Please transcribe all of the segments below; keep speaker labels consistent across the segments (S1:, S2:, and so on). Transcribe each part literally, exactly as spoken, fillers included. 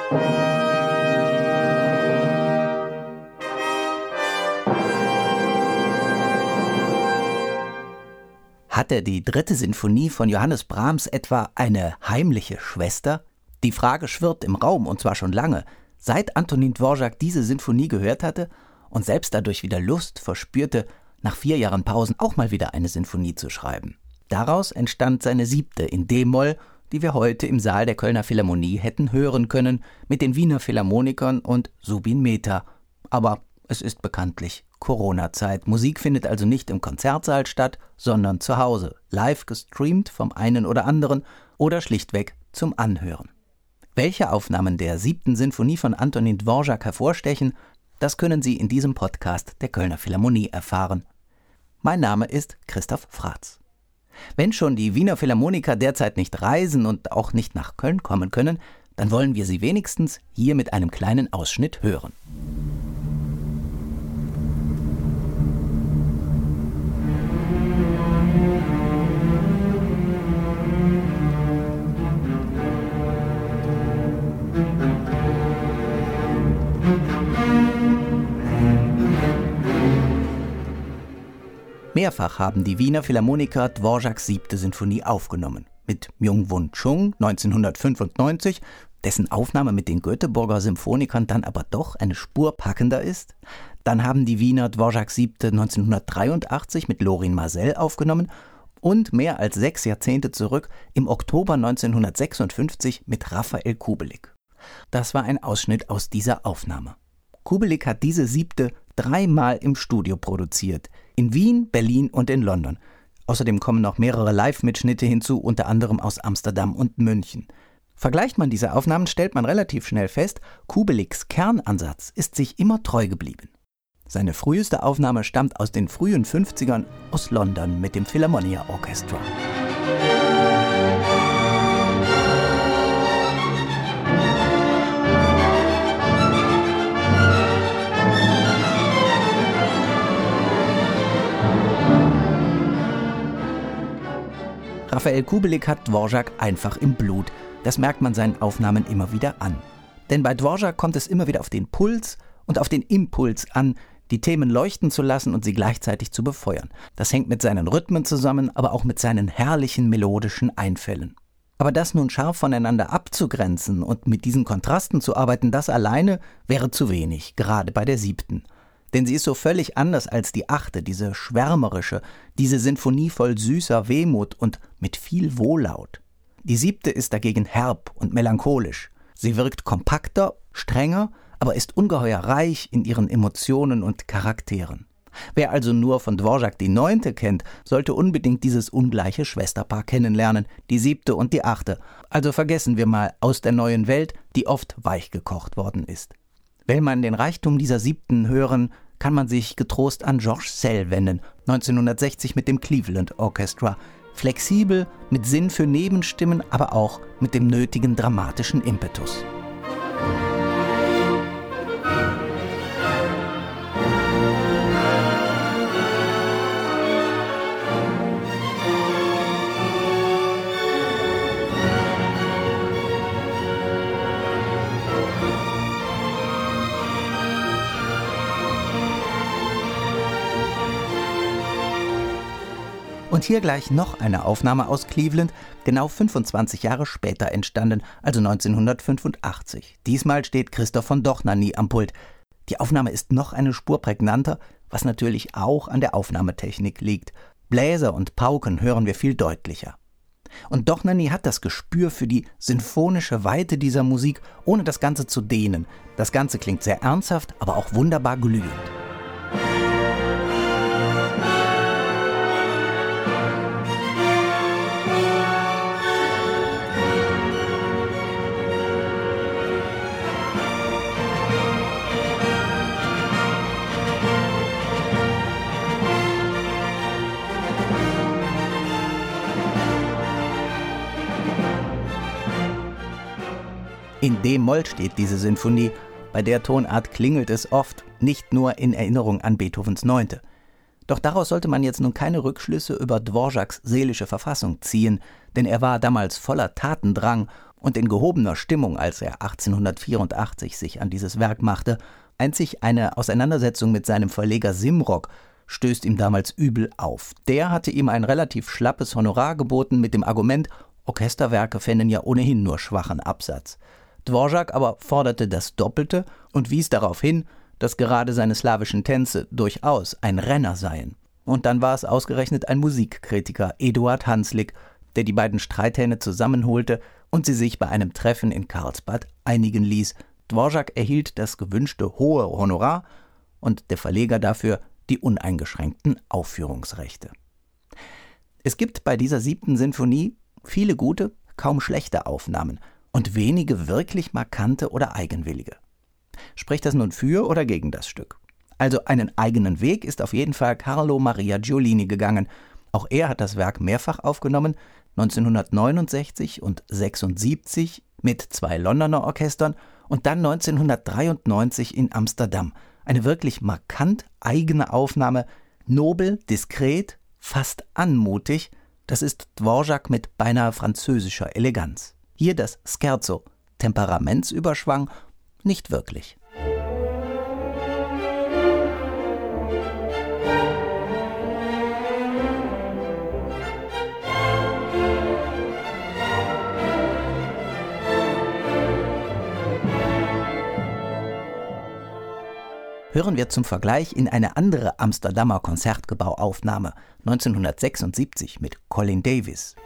S1: Hatte die dritte Sinfonie von Johannes Brahms etwa eine heimliche Schwester? Die Frage schwirrt im Raum, und zwar schon lange, seit Antonín Dvořák diese Sinfonie gehört hatte und selbst dadurch wieder Lust verspürte, nach vier Jahren Pausen auch mal wieder eine Sinfonie zu schreiben. Daraus entstand seine siebte in D-Moll, die wir heute im Saal der Kölner Philharmonie hätten hören können, mit den Wiener Philharmonikern und Zubin Mehta. Aber es ist bekanntlich Corona-Zeit. Musik findet also nicht im Konzertsaal statt, sondern zu Hause, live gestreamt vom einen oder anderen oder schlichtweg zum Anhören. Welche Aufnahmen der siebten Sinfonie von Antonín Dvořák hervorstechen, das können Sie in diesem Podcast der Kölner Philharmonie erfahren. Mein Name ist Christoph Fratz. Wenn schon die Wiener Philharmoniker derzeit nicht reisen und auch nicht nach Köln kommen können, dann wollen wir sie wenigstens hier mit einem kleinen Ausschnitt hören. Mehrfach haben die Wiener Philharmoniker Dvořáks siebte Sinfonie aufgenommen. Mit Myung-Whun Chung neunzehnhundertfünfundneunzig, dessen Aufnahme mit den Göteborger Symphonikern dann aber doch eine Spur packender ist. Dann haben die Wiener Dvořáks siebte neunzehnhundertdreiundachtzig mit Lorin Maazel aufgenommen und mehr als sechs Jahrzehnte zurück im Oktober neunzehnhundertsechsundfünfzig mit Rafael Kubelik. Das war ein Ausschnitt aus dieser Aufnahme. Kubelik hat diese siebte dreimal im Studio produziert. In Wien, Berlin und in London. Außerdem kommen noch mehrere Live-Mitschnitte hinzu, unter anderem aus Amsterdam und München. Vergleicht man diese Aufnahmen, stellt man relativ schnell fest, Kubeliks Kernansatz ist sich immer treu geblieben. Seine früheste Aufnahme stammt aus den frühen fünfzigern aus London mit dem Philharmonia Orchestra. Rafael Kubelik hat Dvořák einfach im Blut. Das merkt man seinen Aufnahmen immer wieder an. Denn bei Dvořák kommt es immer wieder auf den Puls und auf den Impuls an, die Themen leuchten zu lassen und sie gleichzeitig zu befeuern. Das hängt mit seinen Rhythmen zusammen, aber auch mit seinen herrlichen melodischen Einfällen. Aber das nun scharf voneinander abzugrenzen und mit diesen Kontrasten zu arbeiten, das alleine wäre zu wenig, gerade bei der siebten. Denn sie ist so völlig anders als die achte, diese schwärmerische, diese Sinfonie voll süßer Wehmut und mit viel Wohllaut. Die siebte ist dagegen herb und melancholisch. Sie wirkt kompakter, strenger, aber ist ungeheuer reich in ihren Emotionen und Charakteren. Wer also nur von Dvořák die neunte kennt, sollte unbedingt dieses ungleiche Schwesterpaar kennenlernen, die siebte und die achte. Also vergessen wir mal Aus der neuen Welt, die oft weichgekocht worden ist. Will man den Reichtum dieser siebten hören, kann man sich getrost an Georges Szell wenden, neunzehnhundertsechzig mit dem Cleveland Orchestra. Flexibel, mit Sinn für Nebenstimmen, aber auch mit dem nötigen dramatischen Impetus. Und hier gleich noch eine Aufnahme aus Cleveland, genau fünfundzwanzig Jahre später entstanden, also neunzehnhundertfünfundachtzig. Diesmal steht Christoph von Dohnanyi am Pult. Die Aufnahme ist noch eine Spur prägnanter, was natürlich auch an der Aufnahmetechnik liegt. Bläser und Pauken hören wir viel deutlicher. Und Dohnanyi hat das Gespür für die sinfonische Weite dieser Musik, ohne das Ganze zu dehnen. Das Ganze klingt sehr ernsthaft, aber auch wunderbar glühend. In D-Moll steht diese Sinfonie, bei der Tonart klingelt es oft, nicht nur in Erinnerung an Beethovens Neunte. Doch daraus sollte man jetzt nun keine Rückschlüsse über Dvořáks seelische Verfassung ziehen, denn er war damals voller Tatendrang und in gehobener Stimmung, als er achtzehnhundertvierundachtzig sich an dieses Werk machte. Einzig eine Auseinandersetzung mit seinem Verleger Simrock stößt ihm damals übel auf. Der hatte ihm ein relativ schlappes Honorar geboten mit dem Argument, Orchesterwerke fänden ja ohnehin nur schwachen Absatz. Dvorak aber forderte das Doppelte und wies darauf hin, dass gerade seine slawischen Tänze durchaus ein Renner seien. Und dann war es ausgerechnet ein Musikkritiker, Eduard Hanslick, der die beiden Streithähne zusammenholte und sie sich bei einem Treffen in Karlsbad einigen ließ. Dvorak erhielt das gewünschte hohe Honorar und der Verleger dafür die uneingeschränkten Aufführungsrechte. Es gibt bei dieser siebten Sinfonie viele gute, kaum schlechte Aufnahmen und wenige wirklich markante oder eigenwillige. Spricht das nun für oder gegen das Stück? Also einen eigenen Weg ist auf jeden Fall Carlo Maria Giulini gegangen. Auch er hat das Werk mehrfach aufgenommen, neunzehnhundertneunundsechzig und sechsundsiebzig mit zwei Londoner Orchestern und dann neunzehnhundertdreiundneunzig in Amsterdam. Eine wirklich markant eigene Aufnahme, nobel, diskret, fast anmutig. Das ist Dvorak mit beinahe französischer Eleganz. Hier das Scherzo, Temperamentsüberschwang, nicht wirklich. Hören wir zum Vergleich in eine andere Amsterdamer Konzertgebauaufnahme neunzehnhundertsechsundsiebzig mit Colin Davis.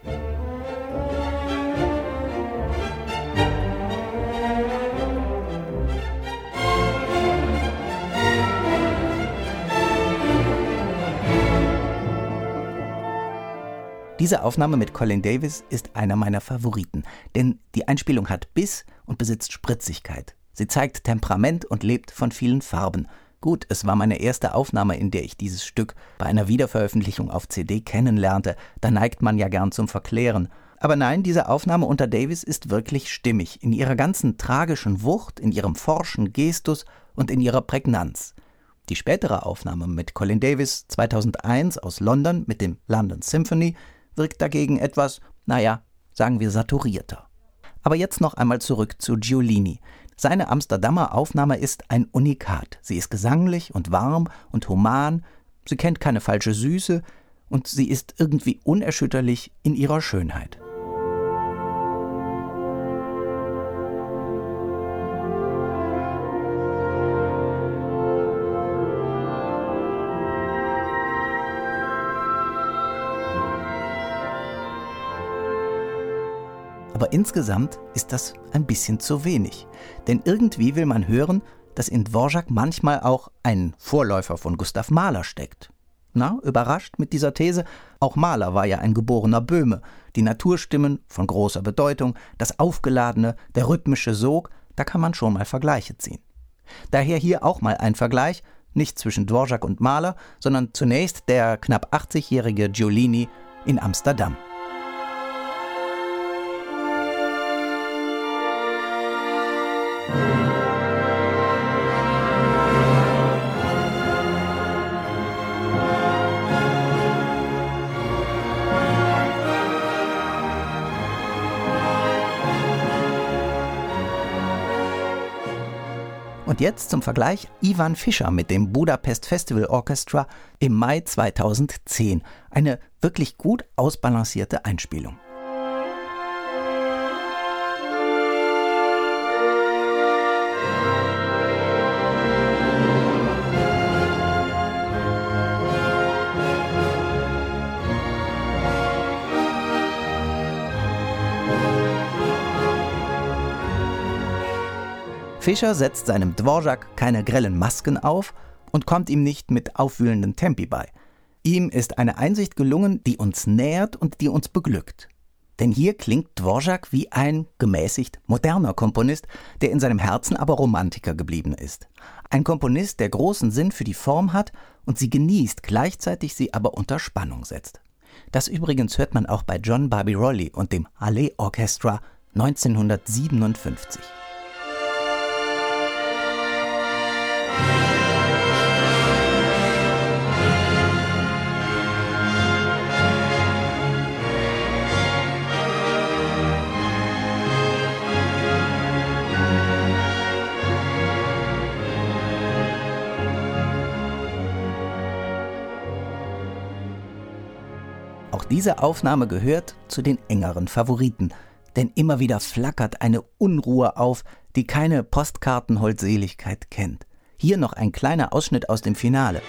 S1: Diese Aufnahme mit Colin Davis ist einer meiner Favoriten, denn die Einspielung hat Biss und besitzt Spritzigkeit. Sie zeigt Temperament und lebt von vielen Farben. Gut, es war meine erste Aufnahme, in der ich dieses Stück bei einer Wiederveröffentlichung auf C D kennenlernte. Da neigt man ja gern zum Verklären. Aber nein, diese Aufnahme unter Davis ist wirklich stimmig. In ihrer ganzen tragischen Wucht, in ihrem forschen Gestus und in ihrer Prägnanz. Die spätere Aufnahme mit Colin Davis zweitausendeins aus London mit dem London Symphony wirkt dagegen etwas, naja, sagen wir saturierter. Aber jetzt noch einmal zurück zu Giulini. Seine Amsterdamer Aufnahme ist ein Unikat. Sie ist gesanglich und warm und human, sie kennt keine falsche Süße und sie ist irgendwie unerschütterlich in ihrer Schönheit. Aber insgesamt ist das ein bisschen zu wenig. Denn irgendwie will man hören, dass in Dvorak manchmal auch ein Vorläufer von Gustav Mahler steckt. Na, überrascht mit dieser These? Auch Mahler war ja ein geborener Böhme. Die Naturstimmen von großer Bedeutung, das Aufgeladene, der rhythmische Sog, da kann man schon mal Vergleiche ziehen. Daher hier auch mal ein Vergleich, nicht zwischen Dvorak und Mahler, sondern zunächst der knapp achtzigjährige Giulini in Amsterdam. Und jetzt zum Vergleich Ivan Fischer mit dem Budapest Festival Orchestra im Mai zweitausendzehn. Eine wirklich gut ausbalancierte Einspielung. Fischer setzt seinem Dvorak keine grellen Masken auf und kommt ihm nicht mit aufwühlenden Tempi bei. Ihm ist eine Einsicht gelungen, die uns nährt und die uns beglückt. Denn hier klingt Dvorak wie ein gemäßigt moderner Komponist, der in seinem Herzen aber Romantiker geblieben ist. Ein Komponist, der großen Sinn für die Form hat und sie genießt, gleichzeitig sie aber unter Spannung setzt. Das übrigens hört man auch bei John Barbirolli und dem Halle Orchestra neunzehnhundertsiebenundfünfzig. diese Aufnahme gehört zu den engeren Favoriten, denn immer wieder flackert eine Unruhe auf, die keine Postkartenholdseligkeit kennt. Hier noch ein kleiner Ausschnitt aus dem Finale.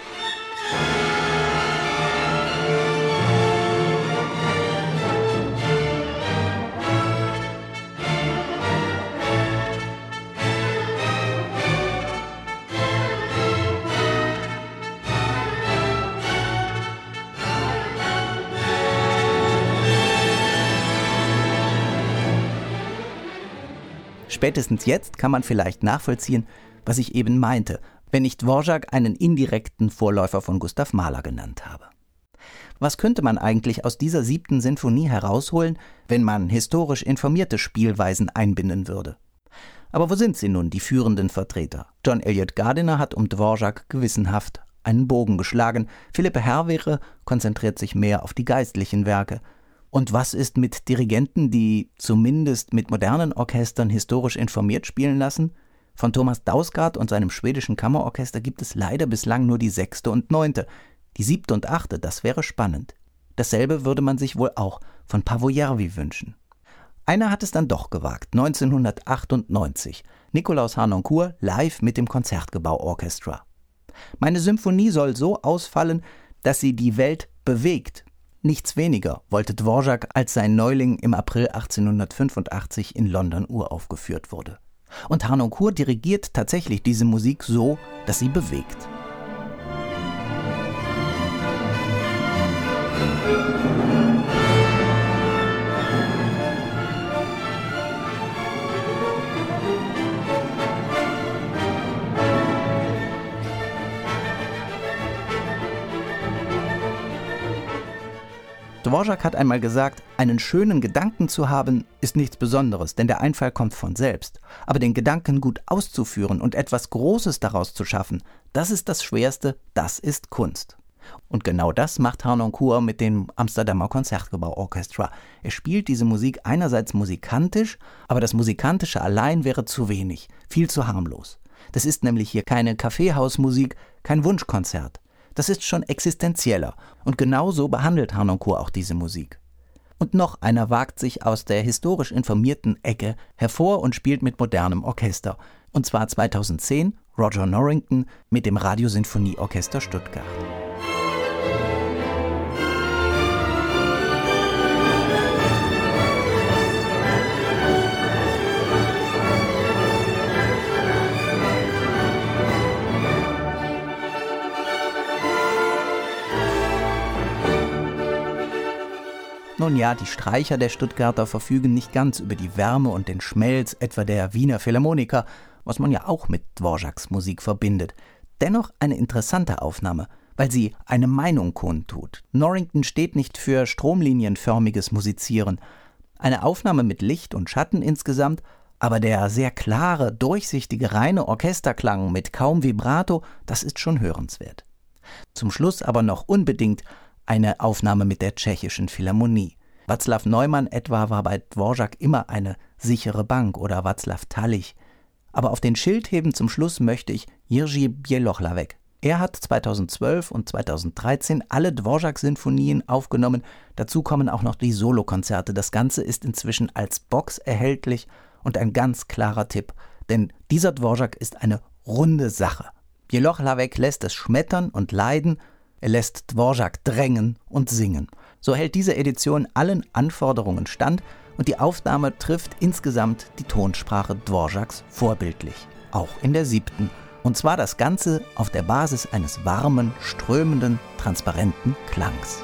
S1: Spätestens jetzt kann man vielleicht nachvollziehen, was ich eben meinte, wenn ich Dvorak einen indirekten Vorläufer von Gustav Mahler genannt habe. Was könnte man eigentlich aus dieser siebten Sinfonie herausholen, wenn man historisch informierte Spielweisen einbinden würde? Aber wo sind sie nun, die führenden Vertreter? John Eliot Gardiner hat um Dvorak gewissenhaft einen Bogen geschlagen, Philippe Herrwehre konzentriert sich mehr auf die geistlichen Werke. Und was ist mit Dirigenten, die zumindest mit modernen Orchestern historisch informiert spielen lassen? Von Thomas Dausgaard und seinem schwedischen Kammerorchester gibt es leider bislang nur die sechste und neunte. Die siebte und achte, das wäre spannend. Dasselbe würde man sich wohl auch von Paavo Järvi wünschen. Einer hat es dann doch gewagt, neunzehnhundertachtundneunzig. Nikolaus Harnoncourt live mit dem Concertgebouw Orchestra. Meine Symphonie soll so ausfallen, dass sie die Welt bewegt. Nichts weniger wollte Dvorak, als sein Neuling im April achtzehnhundertfünfundachtzig in London uraufgeführt wurde. Und Harnoncourt dirigiert tatsächlich diese Musik so, dass sie bewegt. Dvorak hat einmal gesagt, einen schönen Gedanken zu haben, ist nichts Besonderes, denn der Einfall kommt von selbst. Aber den Gedanken gut auszuführen und etwas Großes daraus zu schaffen, das ist das Schwerste, das ist Kunst. Und genau das macht Harnoncourt mit dem Amsterdamer Concertgebouw Orchestra. Er spielt diese Musik einerseits musikantisch, aber das Musikantische allein wäre zu wenig, viel zu harmlos. Das ist nämlich hier keine Kaffeehausmusik, kein Wunschkonzert. Das ist schon existenzieller und genau so behandelt Harnoncourt auch diese Musik. Und noch einer wagt sich aus der historisch informierten Ecke hervor und spielt mit modernem Orchester. Und zwar zweitausendzehn Roger Norrington mit dem Radiosinfonieorchester Stuttgart. Nun ja, die Streicher der Stuttgarter verfügen nicht ganz über die Wärme und den Schmelz etwa der Wiener Philharmoniker, was man ja auch mit Dvoraks Musik verbindet. Dennoch eine interessante Aufnahme, weil sie eine Meinung kundtut. Norrington steht nicht für stromlinienförmiges Musizieren. Eine Aufnahme mit Licht und Schatten insgesamt, aber der sehr klare, durchsichtige, reine Orchesterklang mit kaum Vibrato, das ist schon hörenswert. Zum Schluss aber noch unbedingt eine Aufnahme mit der Tschechischen Philharmonie. Václav Neumann etwa war bei Dvorak immer eine sichere Bank oder Václav Tallich. Aber auf den Schildheben zum Schluss möchte ich Jiří Bělohlavek. Er hat zweitausendzwölf und zweitausenddreizehn alle Dvorak-Sinfonien aufgenommen. Dazu kommen auch noch die Solokonzerte. Das Ganze ist inzwischen als Box erhältlich und ein ganz klarer Tipp, denn dieser Dvorak ist eine runde Sache. Bělohlavek lässt es schmettern und leiden. Er lässt Dvorak drängen und singen. So hält diese Edition allen Anforderungen stand und die Aufnahme trifft insgesamt die Tonsprache Dvoraks vorbildlich, auch in der siebten. Und zwar das Ganze auf der Basis eines warmen, strömenden, transparenten Klangs.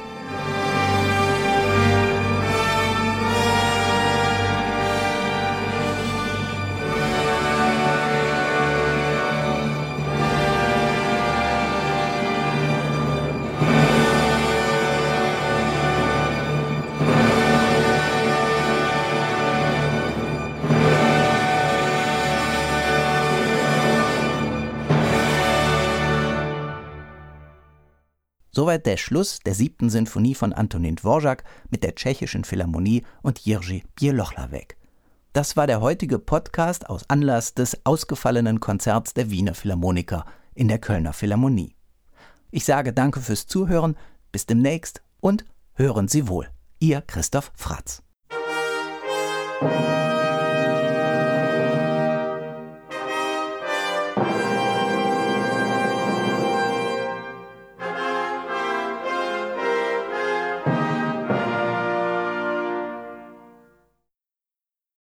S1: Soweit der Schluss der siebten Sinfonie von Antonín Dvořák mit der Tschechischen Philharmonie und Jiří Bělohlavek. Das war der heutige Podcast aus Anlass des ausgefallenen Konzerts der Wiener Philharmoniker in der Kölner Philharmonie. Ich sage danke fürs Zuhören, bis demnächst und Hören Sie wohl. Ihr Christoph Fratz.